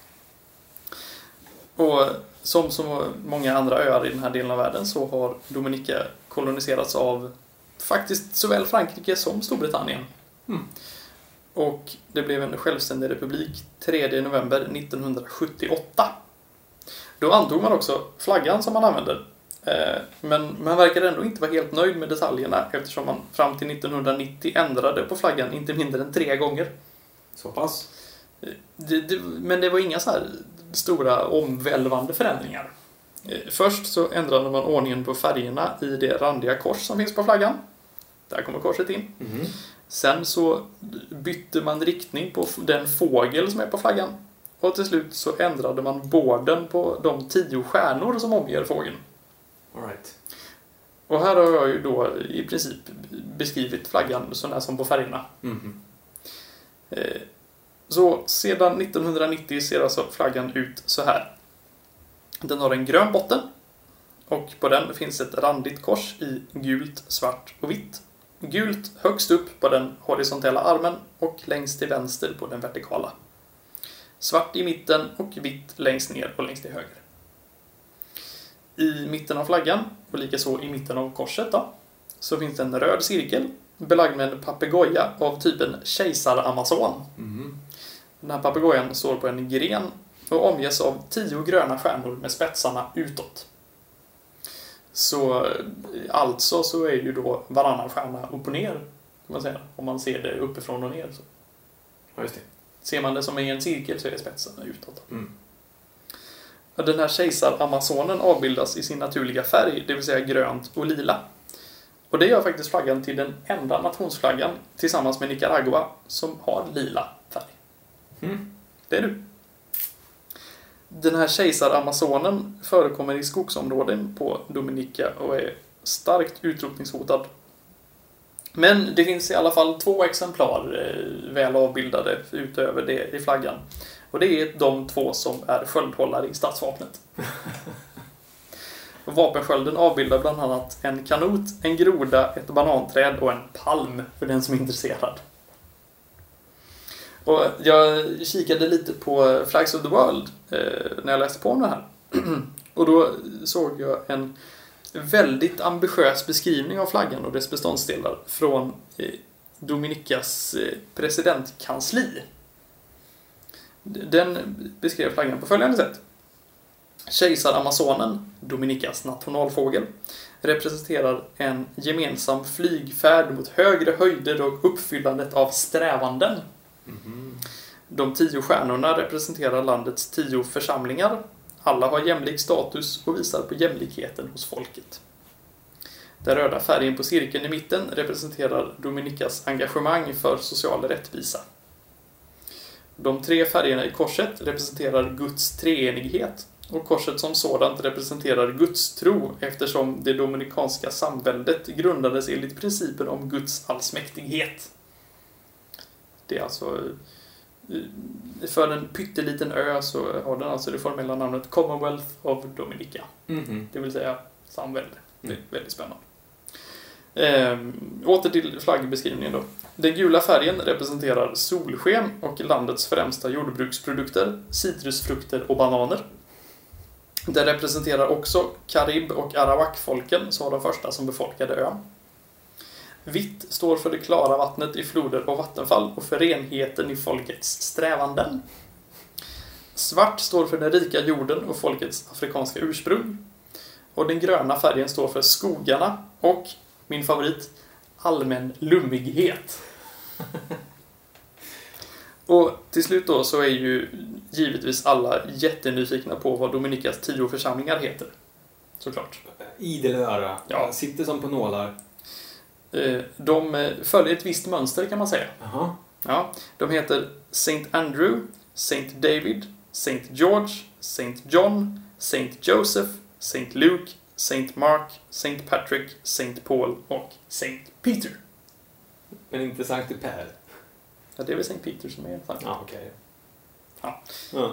Och som så många andra öar i den här delen av världen så har Dominica koloniserats av faktiskt såväl Frankrike som Storbritannien. Mm. Och det blev en självständig republik 3 november 1978. Då antog man också flaggan som man använder. Men man verkar ändå inte vara helt nöjd med detaljerna, eftersom man fram till 1990 ändrade på flaggan inte mindre än 3 gånger. Så pass? Men det var inga så här stora omvälvande förändringar. Först så ändrade man ordningen på färgerna i det randiga kors som finns på flaggan. Där kommer korset in. Mm. Sen så bytte man riktning på den fågel som är på flaggan. Och till slut så ändrade man borden på de 10 stjärnor som omger fågeln. All right. Och här har jag ju då i princip beskrivit flaggan sådär som på färgerna. Mm. Så sedan 1990 ser alltså flaggan ut så här. Den har en grön botten. Och på den finns ett randigt kors i gult, svart och vitt. Gult högst upp på den horisontella armen och längst till vänster på den vertikala. Svart i mitten och vitt längst ner och längst till höger. I mitten av flaggan, och likaså i mitten av korset då, så finns det en röd cirkel belagd med en papegoja av typen kejsaramazon. Mm. Den här papegojan står på en gren och omges av 10 gröna stjärnor med spetsarna utåt. Så alltså så är ju då varannan stjärna upp och ner, kan man säga, om man ser det uppifrån och ner. Så. Ja, just det. Ser man det som i en cirkel så är spetsarna utåt. Mm. Den här kejsaramazonen avbildas i sin naturliga färg, det vill säga grönt och lila. Och det gör faktiskt flaggan till den enda nationsflaggan tillsammans med Nicaragua som har lila färg. Mm. Det är du. Den här kejsaramazonen förekommer i skogsområden på Dominica och är starkt utrotningshotad. Men det finns i alla fall 2 exemplar väl avbildade utöver det i flaggan. Och det är de 2 som är sköldhållare i statsvapnet. Vapenskölden avbildar bland annat en kanot, en groda, ett bananträd och en palm för den som är intresserad. Och jag kikade lite på Flags of the World när jag läste på om det här. Och då såg jag en väldigt ambitiös beskrivning av flaggan och dess beståndsdelar från Dominikas presidentkansli. Den beskrev flaggan på följande sätt. Kejsaramazonen, Dominikas nationalfågel, representerar en gemensam flygfärd mot högre höjder och uppfyllandet av strävanden. De 10 stjärnorna representerar landets 10 församlingar. Alla har jämlik status och visar på jämlikheten hos folket. Den röda färgen på cirkeln i mitten representerar Dominikas engagemang för social rättvisa. De 3 färgerna i korset representerar Guds treenighet och korset som sådant representerar Guds tro eftersom det dominikanska samväldet grundades enligt principen om Guds allsmäktighet. Det är alltså för en pytteliten ö så har den alltså det formella namnet Commonwealth of Dominica. Det vill säga samvälde. Det är väldigt spännande. Åter till flaggbeskrivningen då. Den gula färgen representerar solsken och landets främsta jordbruksprodukter, citrusfrukter och bananer. Den representerar också Karib- och Arawak-folken som var de första som befolkade ön. Vitt står för det klara vattnet i floder och vattenfall och för renheten i folkets strävanden. Svart står för den rika jorden och folkets afrikanska ursprung. Och den gröna färgen står för skogarna och, min favorit, allmän lummighet. Och till slut då så är ju givetvis alla jättenyfikna på vad Dominikas 10 församlingar heter. Såklart. Idel öra. Ja. Sitter som på nålar. De följer ett visst mönster kan man säga. Aha. Ja, de heter Saint Andrew, Saint David, Saint George, Saint John, Saint Joseph, Saint Luke, Saint Mark, Saint Patrick, Saint Paul och Saint Peter. Men inte Sankte Per. Ja, det är väl Saint Peter som är sant. Ja, okej. Ja. Ja.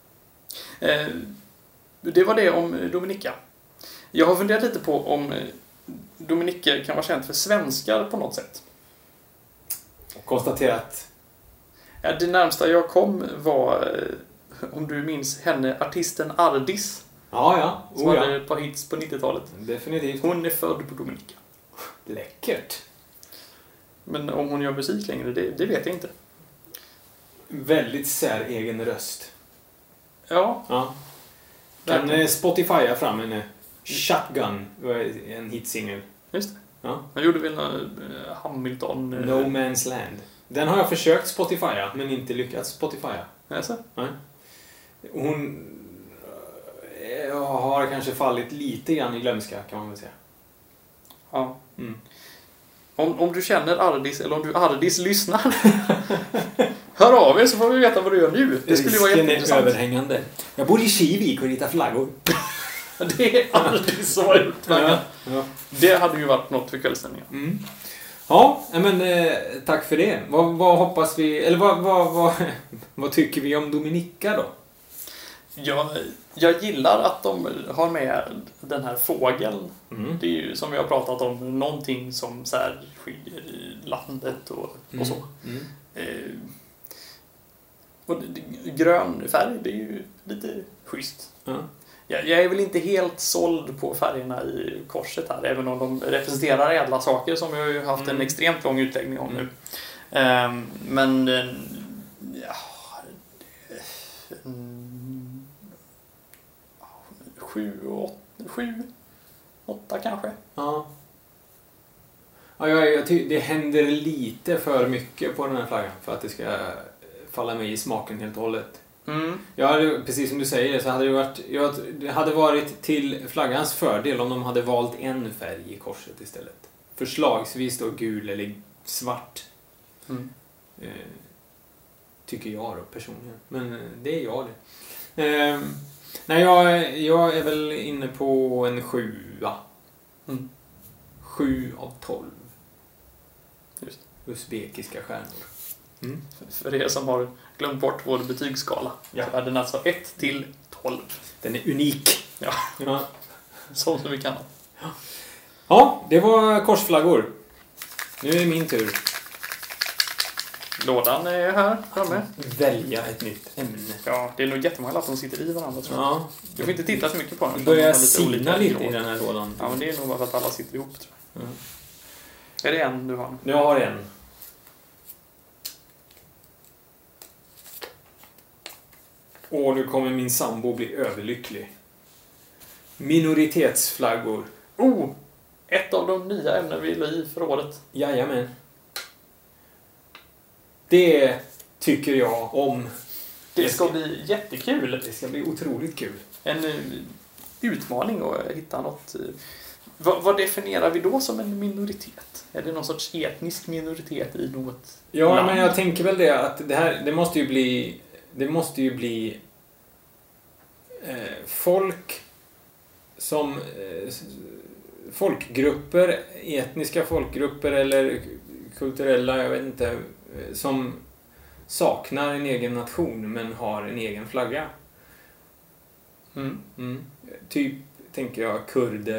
Det var det om Dominica. Jag har funderat lite på om Dominica kan vara känt för svenskar på något sätt. Konstaterat. Ja, det närmsta jag kom var, om du minns henne, artisten Ardis. Ja. Som hade ett par hits på 90-talet. Definitivt. Hon är född på Dominica. Läckert. Men om hon gör musik längre, det vet jag inte. Väldigt säregen röst. Ja. Kan Spotify fram en Shotgun, en hitsingel. Just det. Ja. Han gjorde väl Hamilton... No Man's Land. Den har jag försökt Spotifya, men inte lyckats Spotifya. Alltså? Nej. Hon har kanske fallit lite grann i glömska, kan man väl säga. Ja. Om du känner Ardis, eller om du Ardis lyssnar, hör av er så får vi veta vad du gör nu. Det skulle vara jätteintressant. Är överhängande. Jag bor i Kivik och ritar flaggor. Det är Ardis som har gjort flaggan. Ja. Det hade ju varit något för kvällsstämningen. Ja, men tack för det. Vad hoppas vi, eller vad tycker vi om Dominica då? Jag gillar att de har med den här fågeln. Det är ju som vi har pratat om, någonting som så här skiljer landet och så. Och grön färg, det är ju lite schysst. Jag är väl inte helt såld på färgerna i korset här, även om de representerar ädla saker som vi har ju haft en extremt lång utläggning om nu. Men ja, 7-8 kanske. Ja. Det händer lite för mycket på den här flaggan för att det ska falla mig i smaken helt och hållet. Precis som du säger så hade det hade varit till flaggans fördel om de hade valt en färg i korset istället. Förslagsvis då gul eller svart. Tycker jag då personligen. Men det är jag det. Nej, jag är väl inne på en 7. 7 av 12. Just. Uzbekiska stjärnor. Mm. För er som har glömt bort vår betygsskala. Ja. Så är den alltså 1 till 12. Den är unik. Ja. Som så mycket annat. Ja, det var korsflaggor. Nu är det min tur. Lådan är här framme. Välja ett nytt ämne. Ja, det är nog jättemånga lappar som sitter i varandra, tror jag. Ja. Du får inte titta så mycket på den. Det börjar De har sina lite grå. i den här lådan. Ja, men det är nog bara för att alla sitter ihop, tror jag. Mm. Är det en du har? Jag har en. Och nu kommer min sambo bli överlycklig. Minoritetsflaggor. Oh! Ett av de nya ämnen vi la i för året. Jajamän. Det tycker jag om. Det ska bli jättekul. Det ska bli otroligt kul. En utmaning att hitta något. Vad definierar vi då som en minoritet? Är det någon sorts etnisk minoritet i något land? Men jag tänker väl det att det måste ju bli folk som folkgrupper, etniska folkgrupper eller kulturella, jag vet inte, som saknar en egen nation men har en egen flagga. Typ, tänker jag, kurder,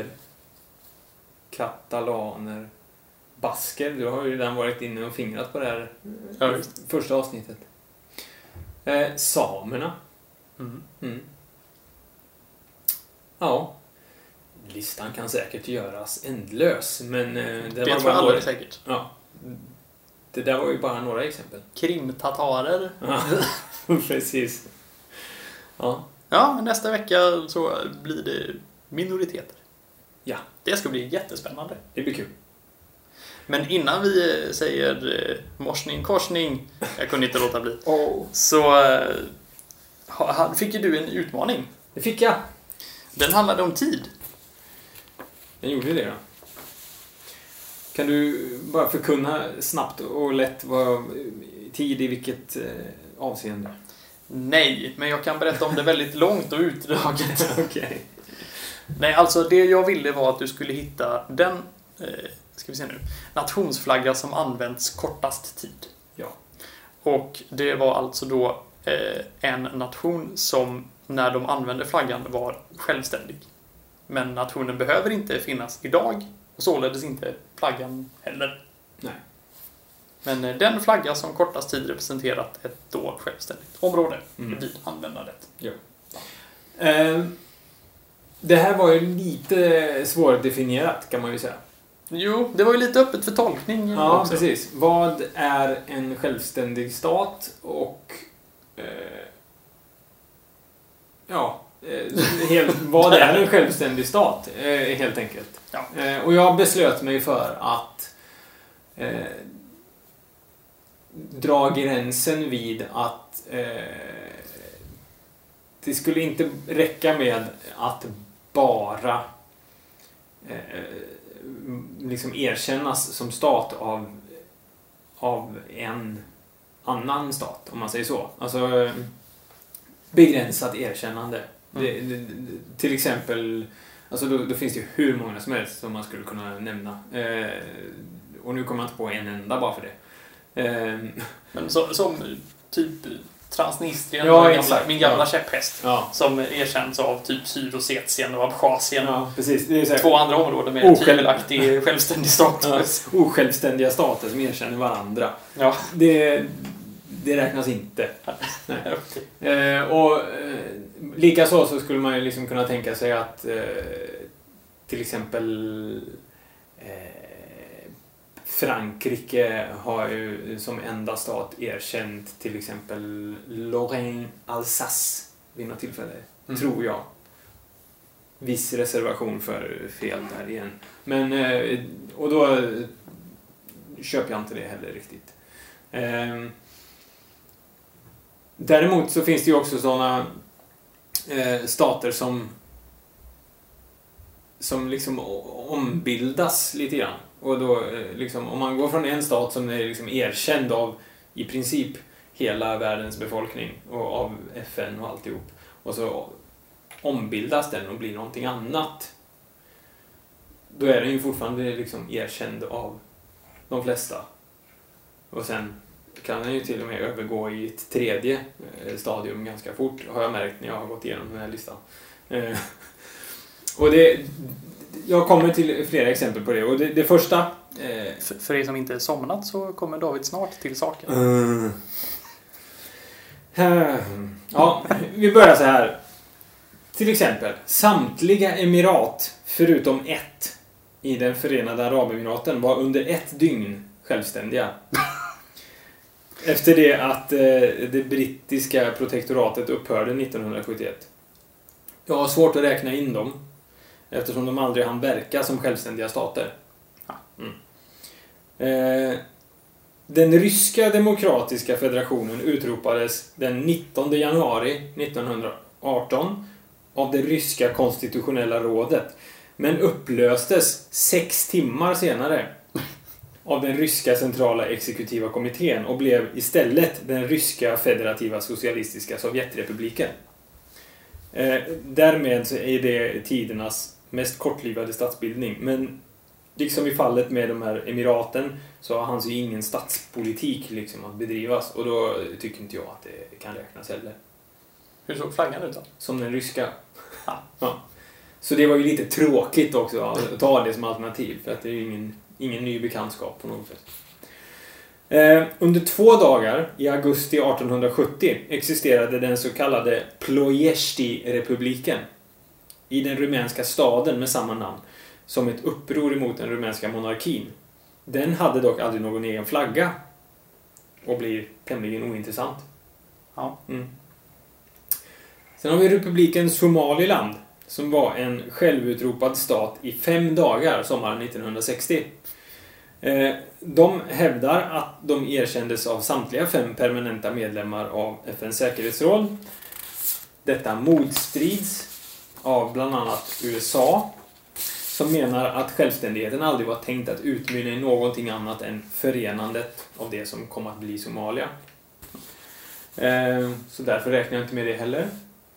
katalaner, basker. Du har ju redan varit inne och fingrat på det här första avsnittet. Samerna. Ja. Listan kan säkert göras ändlös, men det tror jag aldrig säkert. Ja. Det där var ju bara några exempel. Krimtatarer. Ja, precis. Ja. Ja, nästa vecka så blir det minoriteter. Ja. Det ska bli jättespännande. Det blir kul. Men innan vi säger morsning, korsning, jag kunde inte låta bli, så fick ju du en utmaning. Det fick jag. Den handlade om tid. Den gjorde det då. Kan du bara förkunna snabbt och lätt vad tid i vilket avseende? Nej, men jag kan berätta om det väldigt långt och utdraget. Okej. Nej, alltså det jag ville var att du skulle hitta den, ska vi se nu, nationsflagga som används kortast tid. Ja. Och det var alltså då en nation som när de använde flaggan var självständig. Men nationen behöver inte finnas idag och således inte flaggan heller. Nej. Men den flagga som kortast tid representerat ett då självständigt område vid användandet. Ja. Det här var ju lite svårdefinierat, kan man ju säga. Jo, det var ju lite öppet för tolkning. Ja, också. precis. Vad är en självständig stat och vad är en självständig stat, helt enkelt. Ja. Och jag beslöt mig för att dra gränsen vid att det skulle inte räcka med att bara liksom erkännas som stat av en annan stat, om man säger så. Alltså begränsat erkännande. Till exempel, alltså då finns det ju hur många som helst som man skulle kunna nämna. Och nu kommer jag inte på en enda bara för det. Men som typ Transnistrien, ja, min gamla käpphäst, ja. som erkänns av typ Sydossetien och Abchasien. Ja, precis. Det är så här, 2 andra områden med tvivelaktig självständig status. Ja, osjälvständiga stater som erkänner varandra. Ja. Det räknas inte. Nej. Och likaså så skulle man ju liksom kunna tänka sig att till exempel Frankrike har ju som enda stat erkänt till exempel Lorraine-Alsace vid något tillfälle, tror jag. Viss reservation för fel där igen. Men, och då köper jag inte det heller riktigt. Däremot så finns det ju också sådana stater som liksom ombildas lite grann. Och då liksom, om man går från en stat som är liksom erkänd av i princip hela världens befolkning och av FN och alltihop, och så ombildas den och blir någonting annat. då är den ju fortfarande liksom erkänd av de flesta. Och sen kan den ju till och med övergå i ett tredje stadium ganska fort, har jag märkt när jag har gått igenom den här listan. Och jag kommer till flera exempel på det. Och det första... För er som inte är somnat så kommer David snart till saken. Ja, vi börjar så här. Till exempel, samtliga emirat förutom ett i den Förenade Arabemiraten var under ett dygn självständiga. Efter det att det brittiska protektoratet upphörde 1971. Jag har svårt att räkna in dem eftersom de aldrig hann verka som självständiga stater. Den ryska demokratiska federationen utropades den 19 januari 1918 av det ryska konstitutionella rådet, men upplöstes 6 timmar senare av den ryska centrala exekutiva kommittén och blev istället den ryska federativa socialistiska Sovjetrepubliken. Därmed så är det tidernas mest kortlivade statsbildning, men liksom i fallet med de här emiraten så har ju ingen statspolitik liksom att bedrivas, och då tycker inte jag att det kan räknas heller. Hur såg flaggan ut då? Som den ryska. Ja. Så det var ju lite tråkigt också att ta det som alternativ, för att det är ju ingen ny bekantskap på något sätt. Under 2 dagar i augusti 1870 existerade den så kallade Ploiești-republiken i den rumänska staden med samma namn, som ett uppror emot den rumänska monarkin. Den hade dock aldrig någon egen flagga och blir tämligen ointressant. Ja. Sen har vi republiken Somaliland, som var en självutropad stat i 5 dagar sommaren 1960. De hävdar att de erkändes av samtliga 5 permanenta medlemmar av FN:s säkerhetsråd. Detta motstrids av bland annat USA, som menar att självständigheten aldrig var tänkt att utmynna i någonting annat än förenandet av det som kom att bli Somalia. Så därför räknar jag inte med det heller.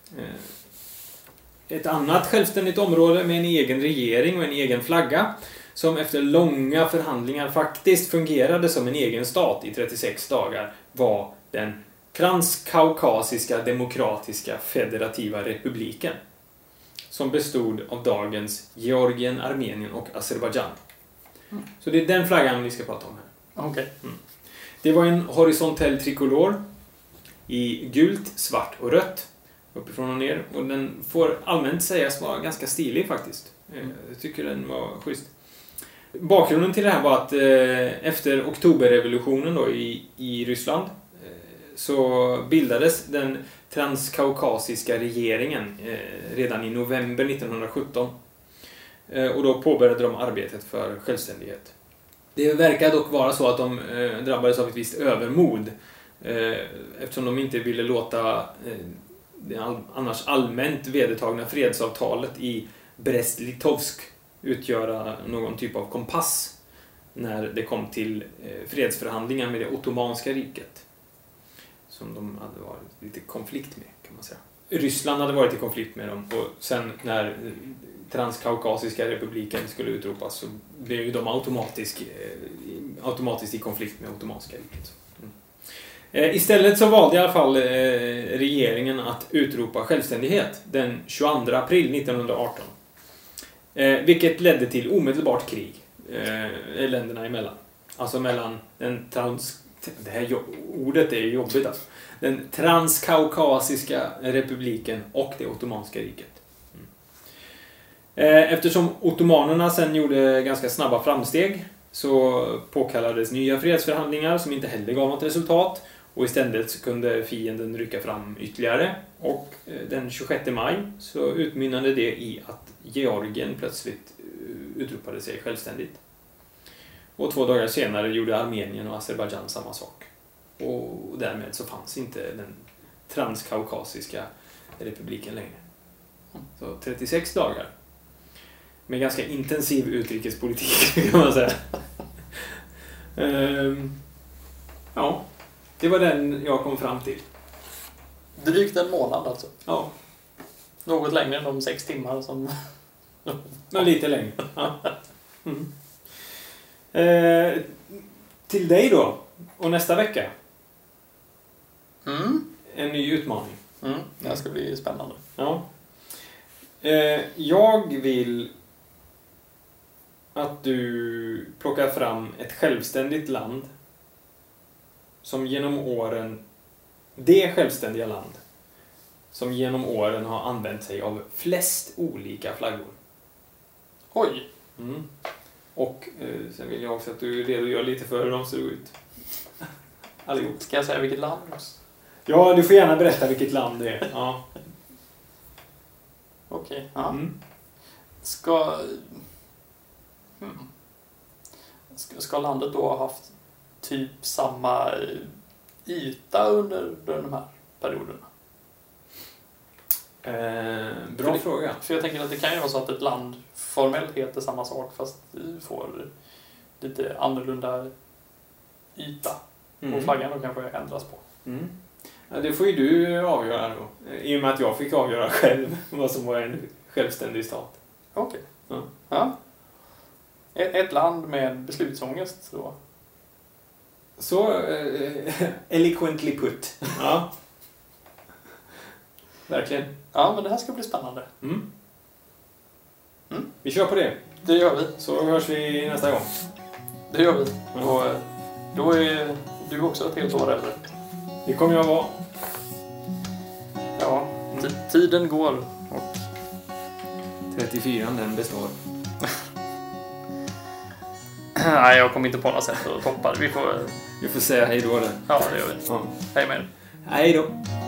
Ett annat självständigt område med en egen regering och en egen flagga, som efter långa förhandlingar faktiskt fungerade som en egen stat i 36 dagar, var den Transkaukasiska demokratiska federativa republiken, som bestod av dagens Georgien, Armenien och Azerbaijan. Så det är den flaggan vi ska prata om här. Okay. Det var en horisontell trikolor i gult, svart och rött uppifrån och ner, och den får allmänt sägas vara ganska stilig faktiskt. Jag tycker den var schysst. Bakgrunden till det här var att efter oktoberrevolutionen då i Ryssland så bildades den transkaukasiska regeringen redan i november 1917, och då påbörjade de arbetet för självständighet. Det verkar dock vara så att de drabbades av ett visst övermod, eftersom de inte ville låta det annars allmänt vedertagna fredsavtalet i Brest-Litovsk utgöra någon typ av kompass när det kom till fredsförhandlingar med det ottomanska riket, som de hade varit lite konflikt med, kan man säga. Ryssland hade varit i konflikt med dem, och sen när Transkaukasiska republiken skulle utropas så blev ju de automatiskt i konflikt med ottomanska riket. Istället så valde i alla fall regeringen att utropa självständighet den 22 april 1918. Vilket ledde till omedelbart krig länderna emellan. Alltså mellan det här ordet är jobbigt alltså. Den Transkaukasiska republiken och det ottomanska riket. Eftersom ottomanerna sen gjorde ganska snabba framsteg så påkallades nya fredsförhandlingar som inte heller gav något resultat, och istället så kunde fienden rycka fram ytterligare, och den 26 maj så utmynnade det i att Georgien plötsligt utropade sig självständigt. Och 2 dagar senare gjorde Armenien och Azerbaijan samma sak. Och därmed så fanns inte den Transkaukasiska republiken längre. Så 36 dagar. Med ganska intensiv utrikespolitik, kan man säga. Ja, det var den jag kom fram till. Drygt en månad alltså. Ja. Något längre än de 6 timmar som Men lite längre. Ja. Mm. Till dig då. Och nästa vecka. En ny utmaning. Det ska bli spännande. Ja. Jag vill att du plockar fram ett självständigt land som genom åren, det självständiga land som genom åren har använt sig av flest olika flaggor. Oj! Och sen vill jag också att du redogör lite för hur de ser ut. Allihop. Ska jag säga vilket land? Ja, du får gärna berätta vilket land det är. Ja. Okej, ja. Ska landet då ha haft typ samma yta under de här perioderna? Bra fråga. För jag tänker att det kan ju vara så att ett land formellt heter samma sak fast vi får lite annorlunda yta. Och flaggan då kanske ändras på. Ja, det får ju du avgöra då. I och med att jag fick avgöra själv vad som var en självständig stat. Okej. Ja. Ett land med beslutsångest då. Så eloquently put. Ja. Verkligen. Ja, men det här ska bli spännande. Vi kör på det. Det gör vi. Så hörs vi nästa gång. Det gör vi. Och då är du också ett helt år äldre. Det kommer jag vara. Ja, tiden går. Och 34, den består. Nej, jag kommer inte på något sätt att toppa det. Vi får säga hej då. Ja, det gör vi. Ja. Hej med er. Hej då.